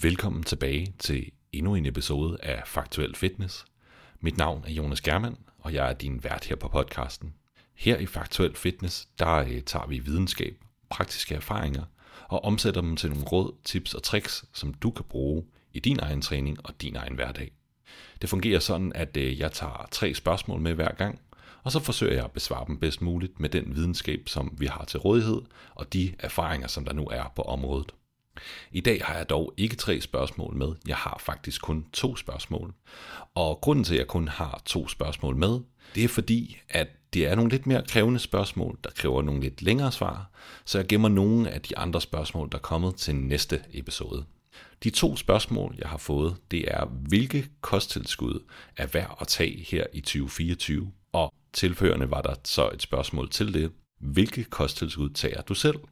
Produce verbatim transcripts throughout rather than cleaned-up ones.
Velkommen tilbage til endnu en episode af Faktuel Fitness. Mit navn er Jonas Germann, og jeg er din vært her på podcasten. Her i Faktuel Fitness, der tager vi videnskab, praktiske erfaringer og omsætter dem til nogle råd, tips og tricks, som du kan bruge i din egen træning og din egen hverdag. Det fungerer sådan, at jeg tager tre spørgsmål med hver gang, og så forsøger jeg at besvare dem bedst muligt med den videnskab, som vi har til rådighed, og de erfaringer, som der nu er på området. I dag har jeg dog ikke tre spørgsmål med, jeg har faktisk kun to spørgsmål. Og grunden til, at jeg kun har to spørgsmål med, det er fordi, at det er nogle lidt mere krævende spørgsmål, der kræver nogle lidt længere svar, så jeg gemmer nogle af de andre spørgsmål, der er kommet til næste episode. De to spørgsmål, jeg har fået, det er, hvilke kosttilskud er værd at tage her i tyve fireogtyve? Og tilhørende var der så et spørgsmål til det, hvilke kosttilskud tager du selv?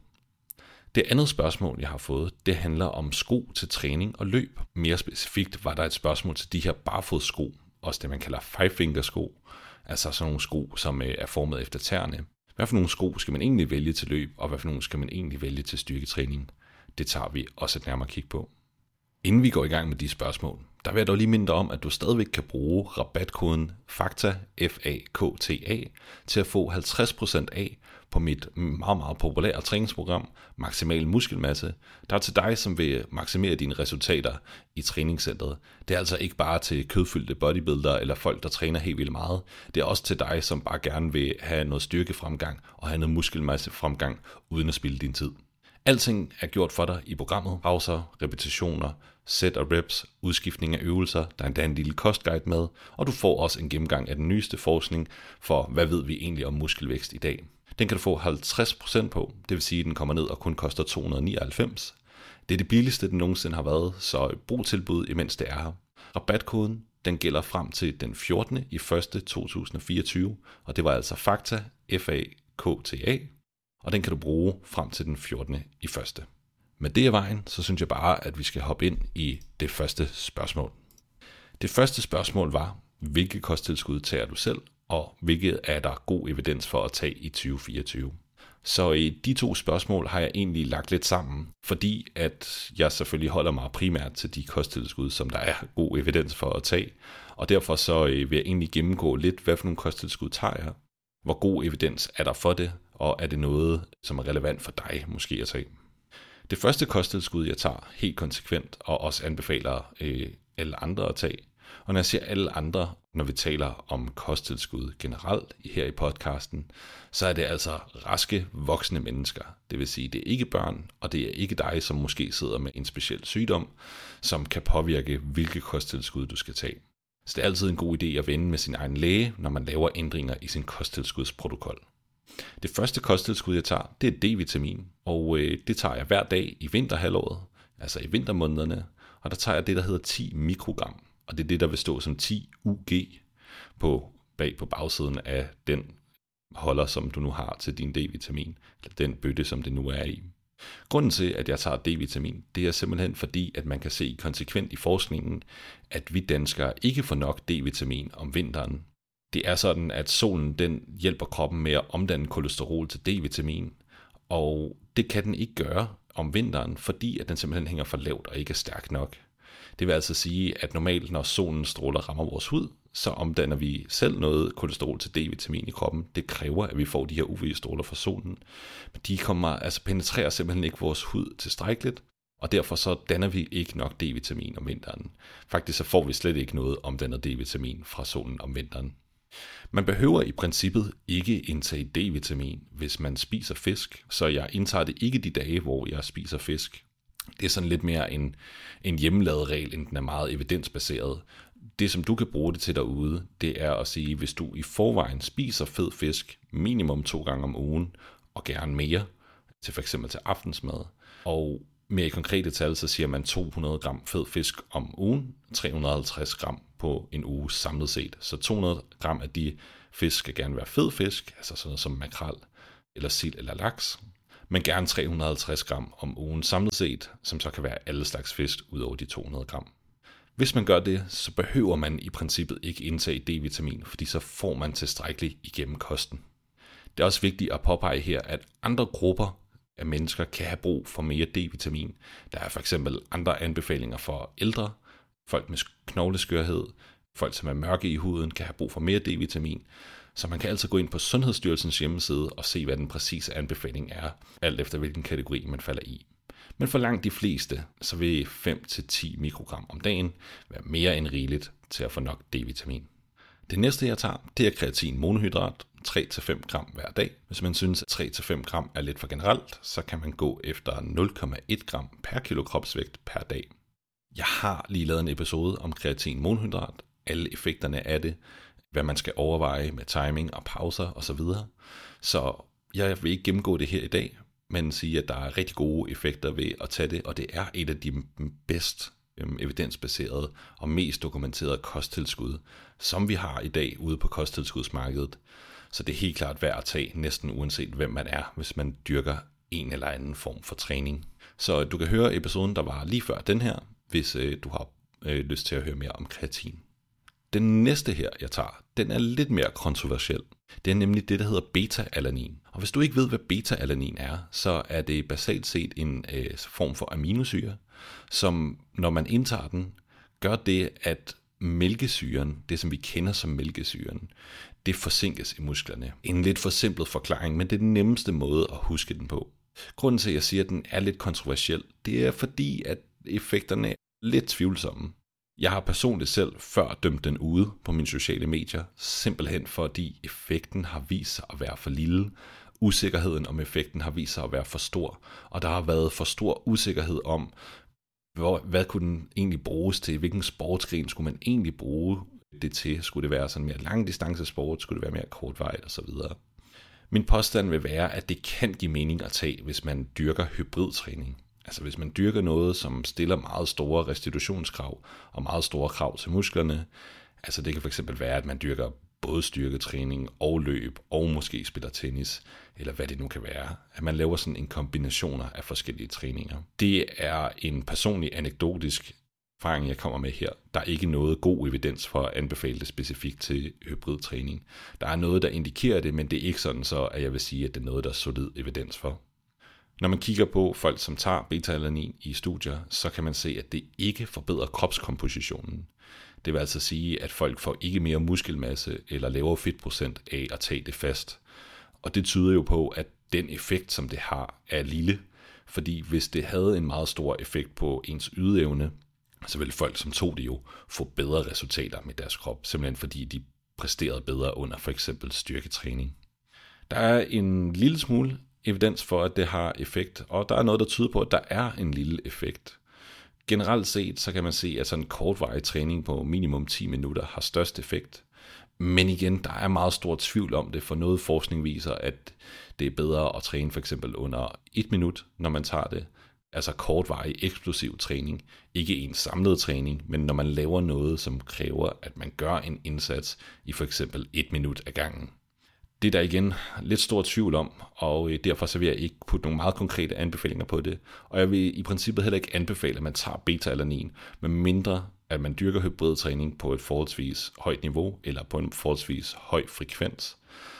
Det andet spørgsmål, jeg har fået, det handler om sko til træning og løb. Mere specifikt var der et spørgsmål til de her barfodssko, også det man kalder five-finger sko, altså sådan nogle sko, som er formet efter tæerne. Hvad for nogle sko skal man egentlig vælge til løb, og hvad for nogle skal man egentlig vælge til styrketræning? Det tager vi også et nærmere kig på. Inden vi går i gang med de spørgsmål, der vil jeg dog lige minde dig om, at du stadigvæk kan bruge rabatkoden FAKTA, F A K T A, til at få halvtreds procent af på mit meget, meget populære træningsprogram, Maksimal Muskelmasse, der er til dig, som vil maksimere dine resultater i træningscentret. Det er altså ikke bare til kødfyldte bodybuilder eller folk, der træner helt vildt meget. Det er også til dig, som bare gerne vil have noget styrkefremgang og have noget muskelmassefremgang uden at spilde din tid. Alting er gjort for dig i programmet. Pauser, repetitioner, set og reps, udskiftning af øvelser, der er endda en lille kostguide med, og du får også en gennemgang af den nyeste forskning for, hvad ved vi egentlig om muskelvækst i dag. Den kan du få halvtreds procent på, det vil sige, at den kommer ned og kun koster to hundrede nioghalvfems. Det er det billigste, den nogensinde har været, så brug tilbud, imens det er her. Rabatkoden, den gælder frem til den fjortende i første to tusind fireogtyve, og det var altså FAKTA, F A K T A, og den kan du bruge frem til den fjortende i første. Med det i vejen, så synes jeg bare, at vi skal hoppe ind i det første spørgsmål. Det første spørgsmål var, hvilke kosttilskud tager du selv, og hvilket er der god evidens for at tage i tyve fireogtyve. Så i de to spørgsmål har jeg egentlig lagt lidt sammen, fordi at jeg selvfølgelig holder mig primært til de kosttilskud, som der er god evidens for at tage, og derfor så vil jeg egentlig gennemgå lidt, hvad for nogle kosttilskud tager jeg, hvor god evidens er der for det, og er det noget, som er relevant for dig måske at tage. Det første kosttilskud, jeg tager helt konsekvent, og også anbefaler øh, alle andre at tage. Og når jeg siger alle andre, når vi taler om kosttilskud generelt her i podcasten, så er det altså raske, voksne mennesker. Det vil sige, det er ikke børn, og det er ikke dig, som måske sidder med en speciel sygdom, som kan påvirke, hvilke kosttilskud du skal tage. Så det er altid en god idé at vende med sin egen læge, når man laver ændringer i sin kosttilskudsprotokol. Det første kosttilskud, jeg tager, det er D-vitamin, og øh, det tager jeg hver dag i vinterhalvåret, altså i vintermånederne, og der tager jeg det, der hedder ti mikrogram, og det er det, der vil stå som ti U G på, bag på bagsiden af den holder, som du nu har til din D-vitamin, eller den bøtte, som det nu er i. Grunden til, at jeg tager D-vitamin, det er simpelthen fordi, at man kan se konsekvent i forskningen, at vi danskere ikke får nok D-vitamin om vinteren. Det er sådan, at solen den hjælper kroppen med at omdanne kolesterol til D-vitamin, og det kan den ikke gøre om vinteren, fordi at den simpelthen hænger for lavt og ikke er stærk nok. Det vil altså sige, at normalt når solens stråler rammer vores hud, så omdanner vi selv noget kolesterol til D-vitamin i kroppen. Det kræver, at vi får de her U V-stråler fra solen. Men de kommer, altså penetrerer simpelthen ikke vores hud tilstrækkeligt, og derfor så danner vi ikke nok D-vitamin om vinteren. Faktisk så får vi slet ikke noget omdannet D-vitamin fra solen om vinteren. Man behøver i princippet ikke indtage D-vitamin, hvis man spiser fisk, så jeg indtager det ikke de dage, hvor jeg spiser fisk. Det er sådan lidt mere en, en hjemmelavet regel, end den er meget evidensbaseret. Det, som du kan bruge det til derude, det er at sige, hvis du i forvejen spiser fed fisk minimum to gange om ugen, og gerne mere, til for eksempel til aftensmad, og mere i konkrete tal, så siger man to hundrede gram fed fisk om ugen, tre hundrede og halvtreds gram på en uge samlet set. Så to hundrede gram af de fisk skal gerne være fed fisk, altså sådan noget som makrel, eller sild eller laks, men gerne tre hundrede og halvtreds gram om ugen samlet set, som så kan være alle slags fisk ud over de to hundrede gram. Hvis man gør det, så behøver man i princippet ikke indtage D-vitamin, fordi så får man tilstrækkeligt igennem kosten. Det er også vigtigt at påpege her, at andre grupper at mennesker kan have brug for mere D-vitamin. Der er for eksempel andre anbefalinger for ældre, folk med knogleskørhed, folk som er mørke i huden kan have brug for mere D-vitamin. Så man kan altså gå ind på Sundhedsstyrelsens hjemmeside og se, hvad den præcise anbefaling er, alt efter hvilken kategori man falder i. Men for langt de fleste, så vil fem til ti mikrogram om dagen være mere end rigeligt til at få nok D-vitamin. Det næste, jeg tager, det er kreatin monohydrat, tre til fem gram hver dag. Hvis man synes, at tre til fem gram er lidt for generelt, så kan man gå efter nul komma en gram per kilo kropsvægt per dag. Jeg har lige lavet en episode om kreatin monohydrat, alle effekterne af det, hvad man skal overveje med timing og pauser osv. Så jeg vil ikke gennemgå det her i dag, men sige, at der er rigtig gode effekter ved at tage det, og det er et af de bedst evidensbaserede og mest dokumenterede kosttilskud, som vi har i dag ude på kosttilskudsmarkedet. Så det er helt klart værd at tage, næsten uanset hvem man er, hvis man dyrker en eller anden form for træning. Så du kan høre episoden, der var lige før den her, hvis øh, du har øh, lyst til at høre mere om kreatin. Den næste her, jeg tager, den er lidt mere kontroversiel. Det er nemlig det, der hedder beta-alanin. Og hvis du ikke ved, hvad beta-alanin er, så er det basalt set en øh, form for aminosyre, som når man indtager den, gør det, at mælkesyren, det som vi kender som mælkesyren, det forsinkes i musklerne. En lidt forsimplet forklaring, men det er den nemmeste måde at huske den på. Grunden til, at jeg siger, at den er lidt kontroversiel, det er fordi, at effekterne er lidt tvivlsomme. Jeg har personligt selv før dømt den ude på mine sociale medier, simpelthen fordi effekten har vist sig at være for lille. Usikkerheden om effekten har vist sig at være for stor, og der har været for stor usikkerhed om, hvor, hvad kunne den egentlig bruges til, hvilken sportsgren skulle man egentlig bruge det til. Skulle det være sådan mere langdistancesport, skulle det være mere kortvarigt osv. Min påstand vil være, at det kan give mening at tage, hvis man dyrker hybridtræning. Altså hvis man dyrker noget, som stiller meget store restitutionskrav og meget store krav til musklerne. Altså det kan fx være, at man dyrker både styrketræning og løb og måske spiller tennis, eller hvad det nu kan være. At man laver sådan en kombination af forskellige træninger. Det er en personlig anekdotisk erfaring, jeg kommer med her. Der er ikke noget god evidens for at anbefale det specifikt til hybridtræning. Der er noget, der indikerer det, men det er ikke sådan så, at jeg vil sige, at det er noget, der er solid evidens for. Når man kigger på folk, som tager beta-alanin i studier, så kan man se, at det ikke forbedrer kropskompositionen. Det vil altså sige, at folk får ikke mere muskelmasse eller lavere fedtprocent af at tage det fast. Og det tyder jo på, at den effekt, som det har, er lille. Fordi hvis det havde en meget stor effekt på ens ydeevne, så ville folk, som tog det jo, få bedre resultater med deres krop. Simpelthen fordi de præsterede bedre under for eksempel styrketræning. Der er en lille smule evidens for, at det har effekt, og der er noget, der tyder på, at der er en lille effekt. Generelt set, så kan man se, at sådan en kortvarig træning på minimum ti minutter har størst effekt. Men igen, der er meget stor tvivl om det, for noget forskning viser, at det er bedre at træne for eksempel under et minut, når man tager det. Altså kortvarig eksplosiv træning. Ikke en samlet træning, men når man laver noget, som kræver, at man gør en indsats i for eksempel et minut ad gangen. Det er der igen lidt stor tvivl om, og derfor så vil jeg ikke putte nogle meget konkrete anbefalinger på det. Og jeg vil i princippet heller ikke anbefale, at man tager beta-alanin, med mindre at man dyrker hybridtræning på et forholdsvis højt niveau, eller på en forholdsvis høj frekvens.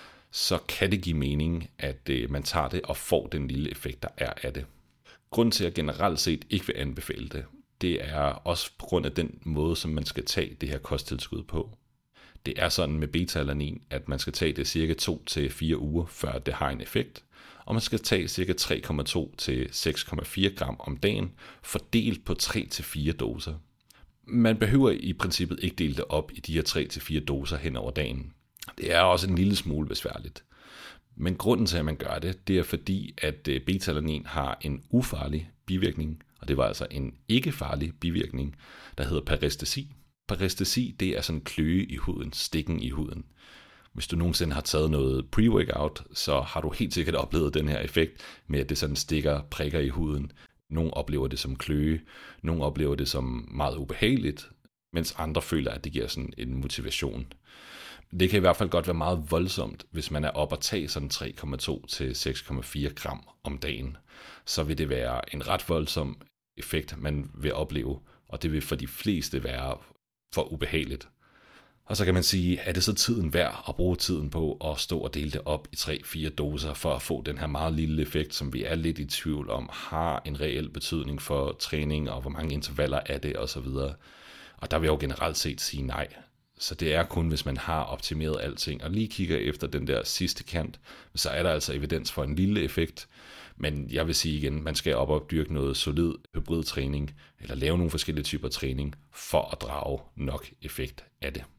Så kan det give mening, at man tager det og får den lille effekt, der er af det. Grunden til, at jeg generelt set ikke vil anbefale det, det er også på grund af den måde, som man skal tage det her kosttilskud på. Det er sådan med beta-alanin, at man skal tage det cirka to til fire uger, før det har en effekt. Og man skal tage cirka tre komma to til seks komma fire gram om dagen, fordelt på tre til fire doser. Man behøver i princippet ikke dele det op i de her tre til fire doser hen over dagen. Det er også en lille smule besværligt. Men grunden til, at man gør det, det er fordi, at beta-alanin har en ufarlig bivirkning, og det var altså en ikke farlig bivirkning, der hedder parestesi. Parestesi, det er sådan en kløe i huden, stikken i huden. Hvis du nogensinde har taget noget pre-workout, så har du helt sikkert oplevet den her effekt med, at det sådan stikker prikker i huden. Nogle oplever det som kløe, nogle oplever det som meget ubehageligt, mens andre føler, at det giver sådan en motivation. Det kan i hvert fald godt være meget voldsomt, hvis man er oppe at tage sådan tre komma to til seks komma fire gram om dagen. Så vil det være en ret voldsom effekt, man vil opleve, og det vil for de fleste være for ubehageligt. Og så kan man sige, er det så tiden værd at bruge tiden på at stå og dele det op i tre fire doser for at få den her meget lille effekt, som vi er lidt i tvivl om, har en reel betydning for træning og hvor mange intervaller er det osv. Og der vil jeg jo generelt set sige nej. Så det er kun, hvis man har optimeret alting og lige kigger efter den der sidste kant, så er der altså evidens for en lille effekt. Men jeg vil sige igen, man skal op og dyrke noget solid hybridtræning, eller lave nogle forskellige typer træning, for at drage nok effekt af det.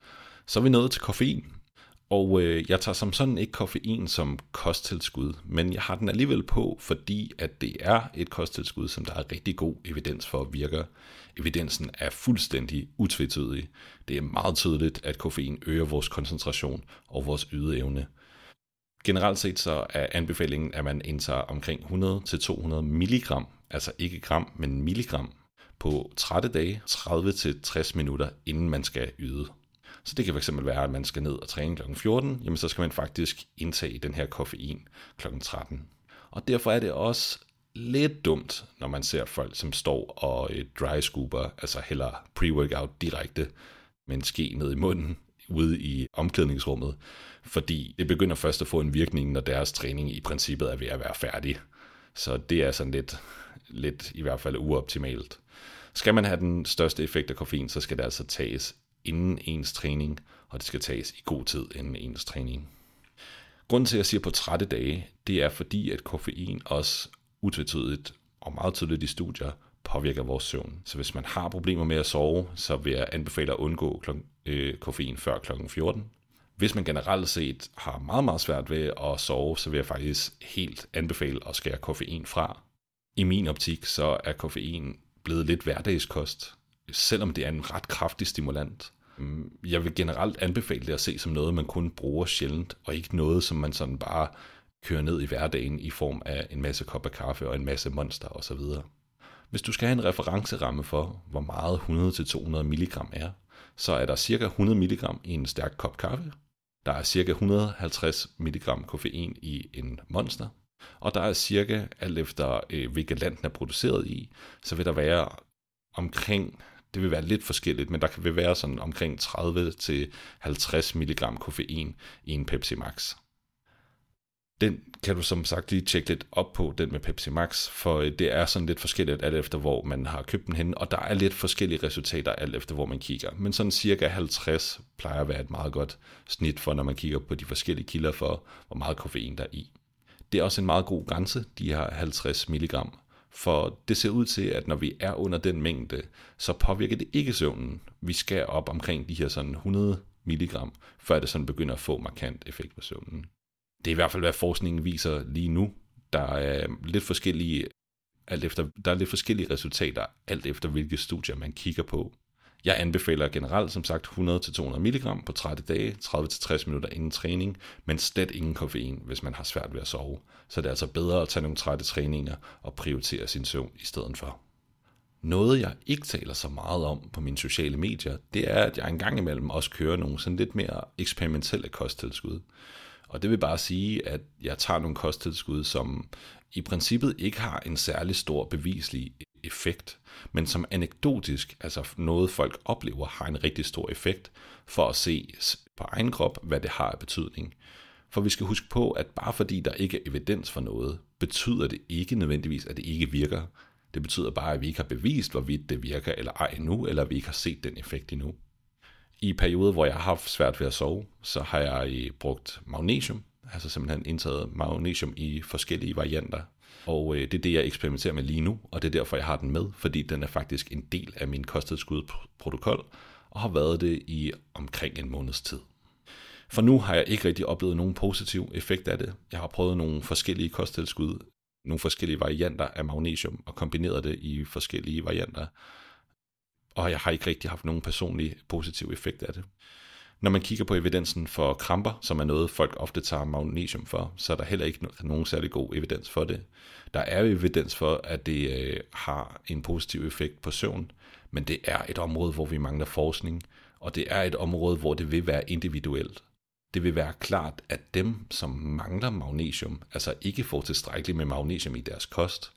Så er vi nået til koffein, og øh, jeg tager som sådan ikke koffein som kosttilskud, men jeg har den alligevel på, fordi at det er et kosttilskud, som der er rigtig god evidens for virker. Evidensen er fuldstændig utvetydig. Det er meget tydeligt, at koffein øger vores koncentration og vores ydeevne. Generelt set så er anbefalingen, at man indtager omkring hundrede til to hundrede milligram, altså ikke gram, men milligram, på trætte dage, tredive til tres minutter, inden man skal yde. Så det kan fx være, at man skal ned og træne klokken fjorten, jamen så skal man faktisk indtage den her koffein klokken tretten. Og derfor er det også lidt dumt, når man ser folk, som står og dry scooper, altså hælder pre-workout direkte med en ske ned i munden, ude i omklædningsrummet, fordi det begynder først at få en virkning, når deres træning i princippet er ved at være færdig. Så det er sådan lidt, lidt i hvert fald uoptimalt. Skal man have den største effekt af koffein, så skal det altså tages inden ens træning, og det skal tages i god tid inden ens træning. Grunden til, at jeg siger på trætte dage, det er fordi, at koffein også utvetydigt og meget tydeligt i studier påvirker vores søvn. Så hvis man har problemer med at sove, så vil jeg anbefale at undgå klokken, øh, koffein før klokken fjorten. Hvis man generelt set har meget, meget svært ved at sove, så vil jeg faktisk helt anbefale at skære koffein fra. I min optik så er koffein blevet lidt hverdagskost, selvom det er en ret kraftig stimulant. Jeg vil generelt anbefale det at se som noget, man kun bruger sjældent, og ikke noget, som man sådan bare kører ned i hverdagen i form af en masse kopper kaffe og en masse Monster osv. Hvis du skal have en referenceramme for, hvor meget hundrede til to hundrede milligram er, så er der cirka hundrede milligram i en stærk kop kaffe. Der er cirka et hundrede og halvtreds milligram koffein i en Monster. Og der er cirka, alt efter øh, hvilket land den er produceret i, så vil der være omkring, det vil være lidt forskelligt, men der kan være sådan omkring tredive til halvtreds milligram koffein i en Pepsi Max. Den kan du som sagt lige tjekke lidt op på, den med Pepsi Max, for det er sådan lidt forskelligt alt efter, hvor man har købt den hen, og der er lidt forskellige resultater alt efter, hvor man kigger. Men sådan cirka halvtreds plejer at være et meget godt snit for, når man kigger på de forskellige kilder for, hvor meget koffein der er i. Det er også en meget god grænse, de her halvtreds milligram, for det ser ud til, at når vi er under den mængde, så påvirker det ikke søvnen. Vi skal op omkring de her sådan hundrede milligram, før det sådan begynder at få markant effekt på søvnen. Det er i hvert fald, hvad forskningen viser lige nu. Der er lidt forskellige, alt efter, der er lidt forskellige resultater, alt efter hvilke studier man kigger på. Jeg anbefaler generelt som sagt hundrede til to hundrede milligram på tredive dage, tredive til tres minutter inden træning, men slet ingen koffein, hvis man har svært ved at sove. Så det er altså bedre at tage nogle trætte træninger og prioritere sin søvn i stedet for. Noget jeg ikke taler så meget om på mine sociale medier, det er, at jeg engang imellem også kører nogle sådan lidt mere eksperimentelle kosttilskud. Og det vil bare sige, at jeg tager nogle kosttilskud, som i princippet ikke har en særlig stor bevislig effekt, men som anekdotisk, altså noget folk oplever, har en rigtig stor effekt for at se på egen krop, hvad det har af betydning. For vi skal huske på, at bare fordi der ikke er evidens for noget, betyder det ikke nødvendigvis, at det ikke virker. Det betyder bare, at vi ikke har bevist, hvorvidt det virker eller ej endnu, eller at vi ikke har set den effekt endnu. I perioder, hvor jeg har haft svært ved at sove, så har jeg brugt magnesium, altså simpelthen indtaget magnesium i forskellige varianter. Og det er det, jeg eksperimenterer med lige nu, og det er derfor, jeg har den med, fordi den er faktisk en del af min kosttilskudsprotokol, og har været det i omkring en måneds tid. For nu har jeg ikke rigtig oplevet nogen positiv effekt af det. Jeg har prøvet nogle forskellige kosttilskud, nogle forskellige varianter af magnesium, og kombineret det i forskellige varianter. Og jeg har ikke rigtig haft nogen personlig positiv effekt af det. Når man kigger på evidensen for kramper, som er noget, folk ofte tager magnesium for, så er der heller ikke nogen særlig god evidens for det. Der er evidens for, at det øh, har en positiv effekt på søvn, men det er et område, hvor vi mangler forskning, og det er et område, hvor det vil være individuelt. Det vil være klart, at dem, som mangler magnesium, altså ikke får tilstrækkeligt med magnesium i deres kost,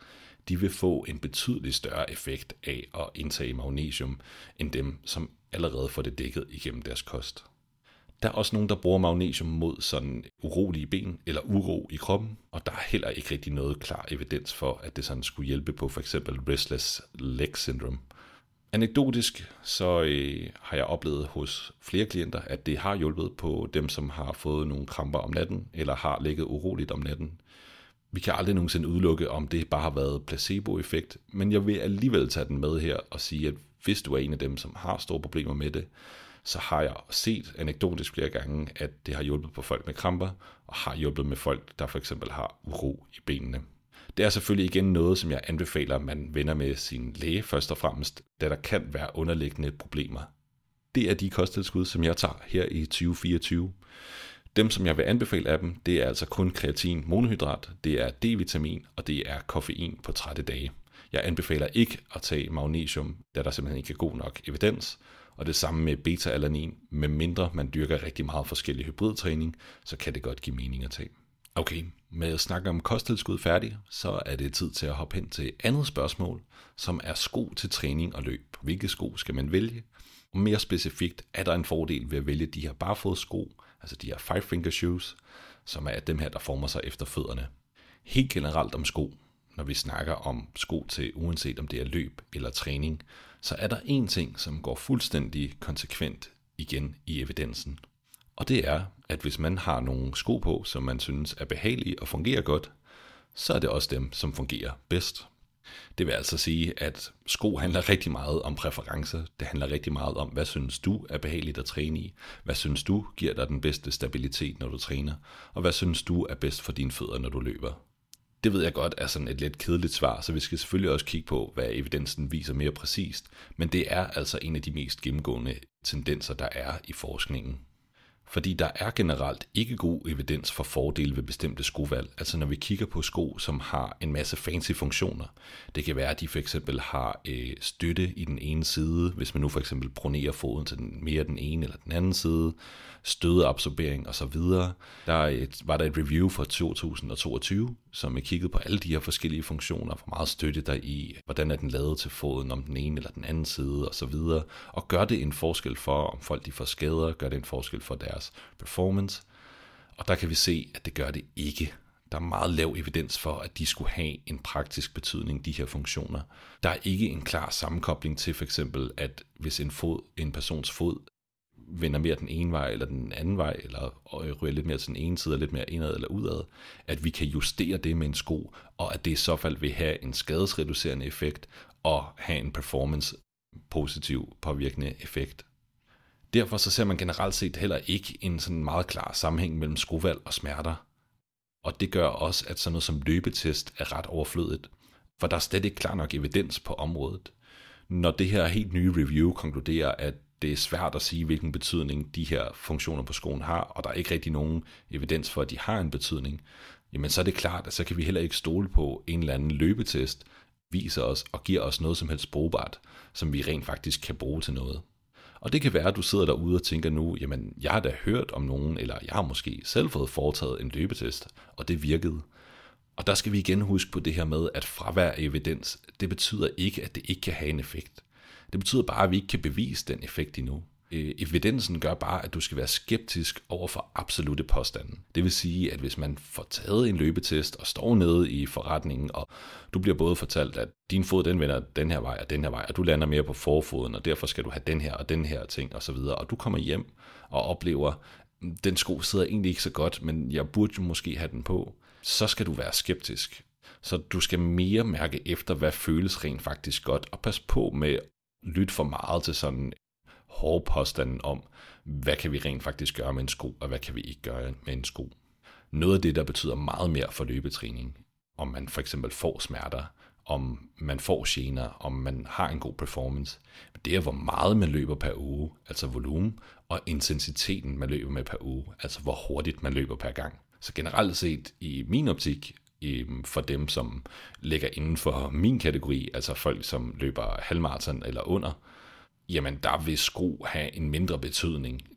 de vil få en betydelig større effekt af at indtage magnesium, end dem, som allerede får det dækket igennem deres kost. Der er også nogen, der bruger magnesium mod sådan urolige ben eller uro i kroppen, og der er heller ikke rigtig noget klar evidens for, at det sådan skulle hjælpe på for eksempel restless leg syndrome. Anekdotisk så øh, har jeg oplevet hos flere klienter, at det har hjulpet på dem, som har fået nogle kramper om natten, eller har ligget uroligt om natten. Vi kan aldrig nogensinde udelukke, om det bare har været placeboeffekt, men jeg vil alligevel tage den med her og sige, at hvis du er en af dem, som har store problemer med det, så har jeg set anekdotisk flere gange, at det har hjulpet på folk med kramper, og har hjulpet med folk, der for eksempel har uro i benene. Det er selvfølgelig igen noget, som jeg anbefaler, at man vender med sin læge først og fremmest, da der kan være underliggende problemer. Det er de kosttilskud, som jeg tager her i tyve fireogtyve. Dem, som jeg vil anbefale af dem, det er altså kun kreatin monohydrat, det er D-vitamin og det er koffein på tredive dage. Jeg anbefaler ikke at tage magnesium, da der simpelthen ikke er god nok evidens, og det samme med beta-alanin, med mindre man dyrker rigtig meget forskellig hybridtræning, så kan det godt give mening at tage. Okay, med at snakke om kosttilskud færdig, så er det tid til at hoppe hen til andet spørgsmål, som er sko til træning og løb. Hvilke sko skal man vælge? Og mere specifikt, er der en fordel ved at vælge de her barfodssko, altså de her five finger shoes, som er dem her, der former sig efter fødderne. Helt generelt om sko, når vi snakker om sko til uanset om det er løb eller træning, så er der en ting, som går fuldstændig konsekvent igen i evidensen. Og det er, at hvis man har nogle sko på, som man synes er behagelige og fungerer godt, så er det også dem, som fungerer bedst. Det vil altså sige, at sko handler rigtig meget om præferencer. Det handler rigtig meget om, hvad synes du er behageligt at træne i? Hvad synes du giver dig den bedste stabilitet, når du træner? Og hvad synes du er bedst for dine fødder, når du løber? Det ved jeg godt er sådan et lidt kedeligt svar, så vi skal selvfølgelig også kigge på, hvad evidensen viser mere præcist. Men det er altså en af de mest gennemgående tendenser, der er i forskningen. Fordi der er generelt ikke god evidens for fordele ved bestemte skovalg. Altså når vi kigger på sko, som har en masse fancy funktioner. Det kan være, at de for eksempel har øh, støtte i den ene side, hvis man nu for eksempel pronerer foden til den, mere den ene eller den anden side. Stødeabsorbering osv. Der et, var der et review fra to tusind og toogtyve, som kiggede på alle de her forskellige funktioner. Hvor meget støtte der i, hvordan er den lavet til foden om den ene eller den anden side osv. Og gør det en forskel for, om folk de får skader, gør det en forskel for deres performance. Og der kan vi se, at det gør det ikke. Der er meget lav evidens for, at de skulle have en praktisk betydning, de her funktioner. Der er ikke en klar sammenkobling til for eksempel, at hvis en, fod, en persons fod vender mere den ene vej eller den anden vej, eller ryger lidt mere til den ene side, og lidt mere indad eller udad, at vi kan justere det med en sko, og at det i så fald vil have en skadesreducerende effekt, og have en performance positiv påvirkende effekt. Derfor så ser man generelt set heller ikke en sådan meget klar sammenhæng mellem skovalg og smerter. Og det gør også, at sådan noget som løbetest er ret overflødigt, for der er slet ikke klar nok evidens på området. Når det her helt nye review konkluderer, at det er svært at sige, hvilken betydning de her funktioner på skoen har, og der er ikke rigtig nogen evidens for, at de har en betydning, jamen så er det klart, at så kan vi heller ikke stole på en eller anden løbetest, viser os og giver os noget som helst brugbart, som vi rent faktisk kan bruge til noget. Og det kan være, at du sidder derude og tænker nu, jamen jeg har da hørt om nogen, eller jeg har måske selv fået foretaget en løbetest, og det virkede. Og der skal vi igen huske på det her med, at fravær af evidens, det betyder ikke, at det ikke kan have en effekt. Det betyder bare, at vi ikke kan bevise den effekt endnu. Evidensen gør bare, at du skal være skeptisk over for absolutte påstande. Det vil sige, at hvis man får taget en løbetest og står nede i forretningen, og du bliver både fortalt, at din fod den vender den her vej og den her vej, og du lander mere på forfoden, og derfor skal du have den her og den her ting osv., og du kommer hjem og oplever, at den sko sidder egentlig ikke så godt, men jeg burde jo måske have den på, så skal du være skeptisk. Så du skal mere mærke efter, hvad føles rent faktisk godt, og pas på med lytte for meget til sådan hårde påstanden om, hvad kan vi rent faktisk gøre med en sko, og hvad kan vi ikke gøre med en sko. Noget af det, der betyder meget mere for løbetræning, om man for eksempel får smerter, om man får gener, om man har en god performance, det er, hvor meget man løber per uge, altså volumen, og intensiteten, man løber med per uge, altså hvor hurtigt man løber per gang. Så generelt set, i min optik, for dem, som ligger inden for min kategori, altså folk, som løber halvmaraton eller under, jamen der vil sko have en mindre betydning.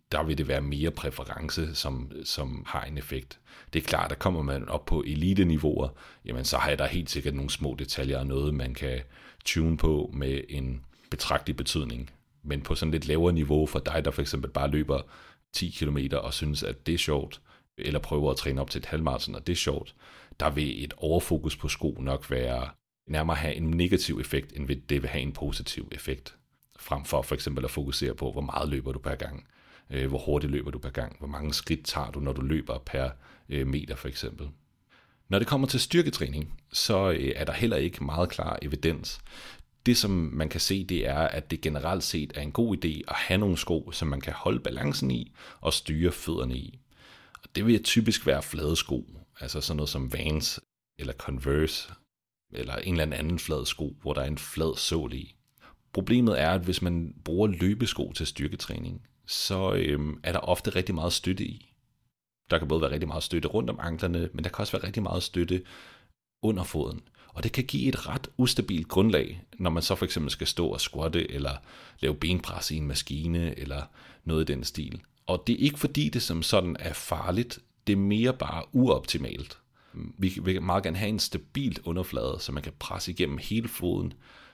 der vil det være mere præference, som, som har en effekt. Det er klart, at kommer man op på elite-niveauer, jamen så har jeg der helt sikkert nogle små detaljer og noget, man kan tune på med en betragtelig betydning. Men på sådan lidt lavere niveau for dig, der for eksempel bare løber ti kilometer og synes, at det er sjovt, eller prøver at træne op til et halvmaraton, og det er sjovt, der vil et overfokus på sko nok være nærmere have en negativ effekt, end det vil have en positiv effekt. Frem for for eksempel at fokusere på, hvor meget løber du per gang, hvor hurtigt løber du per gang, hvor mange skridt tager du, når du løber per meter for eksempel. Når det kommer til styrketræning, så er der heller ikke meget klar evidens. Det som man kan se, det er, at det generelt set er en god idé at have nogle sko, som man kan holde balancen i og styre fødderne i. Og det vil typisk være flade sko, altså sådan noget som Vans eller Converse eller en eller anden flad sko, hvor der er en flad sål i. Problemet er, at hvis man bruger løbesko til styrketræning, så øhm, er der ofte rigtig meget støtte i. Der kan både være rigtig meget støtte rundt om anklerne, men der kan også være rigtig meget støtte under foden. Og det kan give et ret ustabilt grundlag, når man så for eksempel skal stå og squatte, eller lave benpres i en maskine, eller noget i den stil. Og det er ikke fordi det som sådan er farligt, det er mere bare uoptimalt. Vi vil meget gerne have en stabilt underflade, så man kan presse igennem hele foden,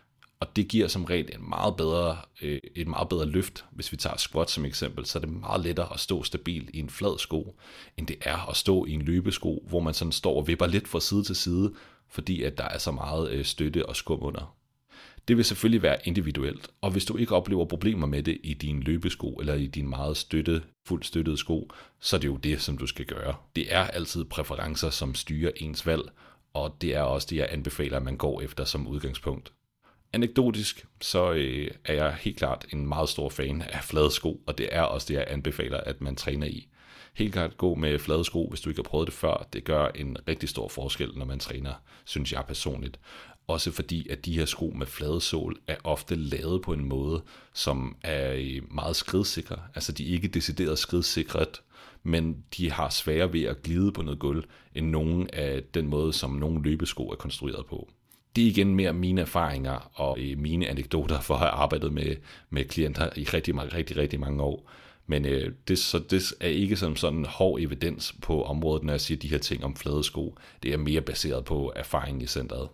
og det giver som regel en meget bedre, øh, et meget bedre løft. Hvis vi tager squat som eksempel, så er det meget lettere at stå stabilt i en flad sko, end det er at stå i en løbesko, hvor man sådan står og vipper lidt fra side til side, fordi at der er så meget øh, støtte og skum under. Det vil selvfølgelig være individuelt, og hvis du ikke oplever problemer med det i din løbesko eller i din meget støtte, fuldt støttede sko, så er det jo det, som du skal gøre. Det er altid præferencer, som styrer ens valg, og det er også det, jeg anbefaler, at man går efter som udgangspunkt. Anekdotisk, så øh, er jeg helt klart en meget stor fan af flade sko, og det er også det, jeg anbefaler, at man træner i. Helt klart gå med flade sko, hvis du ikke har prøvet det før. Det gør en rigtig stor forskel, når man træner, synes jeg personligt. Også fordi, at de her sko med flade sål er ofte lavet på en måde, som er meget skridsikre. Altså de er ikke decideret skridsikret, men de har sværere ved at glide på noget gulv, end nogen af den måde, som nogle løbesko er konstrueret på. Det er igen mere mine erfaringer og mine anekdoter for at have arbejdet med, med klienter i rigtig, rigtig, rigtig mange år. Men øh, det, så det er ikke som sådan hård evidens på området, når jeg siger de her ting om flade sko. Det er mere baseret på erfaring i centret.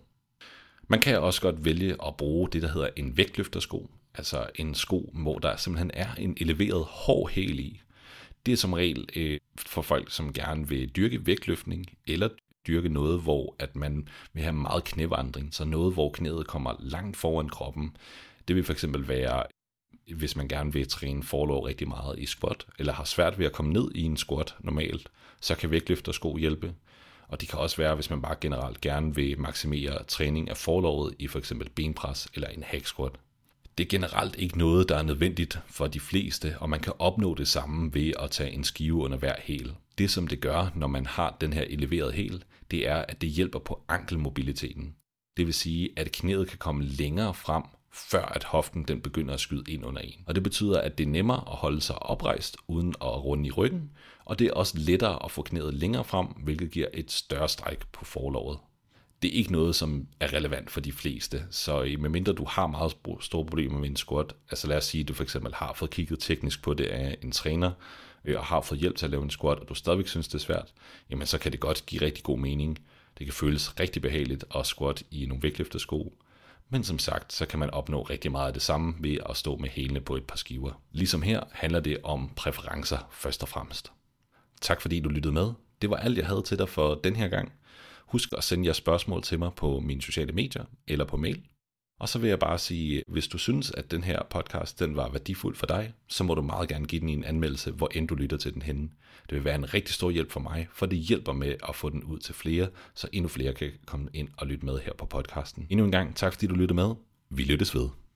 Man kan også godt vælge at bruge det, der hedder en vægtløftersko. Altså en sko, hvor der simpelthen er en eleveret hård hæl i. Det er som regel øh, for folk, som gerne vil dyrke vægtløftning, eller dyrke noget, hvor at man vil have meget knævandring. Så noget, hvor knæet kommer langt foran kroppen. Det vil for eksempel være, hvis man gerne vil træne forlov rigtig meget i squat, eller har svært ved at komme ned i en squat normalt, så kan vægtløftersko hjælpe. Og det kan også være, hvis man bare generelt gerne vil maksimere træning af forlovet i for eksempel benpres eller en hack squat. Det er generelt ikke noget, der er nødvendigt for de fleste, og man kan opnå det samme ved at tage en skive under hver hæl. Det som det gør, når man har den her eleverede hæl, det er, at det hjælper på ankelmobiliteten. Det vil sige, at knæet kan komme længere frem, før at hoften den begynder at skyde ind under en. Og det betyder, at det er nemmere at holde sig oprejst uden at runde i ryggen, og det er også lettere at få knæet længere frem, hvilket giver et større stræk på forlovet. Det er ikke noget, som er relevant for de fleste, så medmindre du har meget store problemer med en squat, altså lad os sige, at du for eksempel har fået kigget teknisk på det af en træner, og har fået hjælp til at lave en squat, og du stadigvæk synes, det er svært, jamen så kan det godt give rigtig god mening. Det kan føles rigtig behageligt at squat i nogle vægtløftersko, men som sagt, så kan man opnå rigtig meget af det samme ved at stå med hælene på et par skiver. Ligesom her handler det om præferencer først og fremmest. Tak fordi du lyttede med. Det var alt, jeg havde til dig for den her gang. Husk at sende jer spørgsmål til mig på mine sociale medier eller på mail. Og så vil jeg bare sige, hvis du synes, at den her podcast den var værdifuld for dig, så må du meget gerne give den en anmeldelse, hvor end du lytter til den henne. Det vil være en rigtig stor hjælp for mig, for det hjælper med at få den ud til flere, så endnu flere kan komme ind og lytte med her på podcasten. Endnu en gang tak fordi du lyttede med. Vi lyttes ved.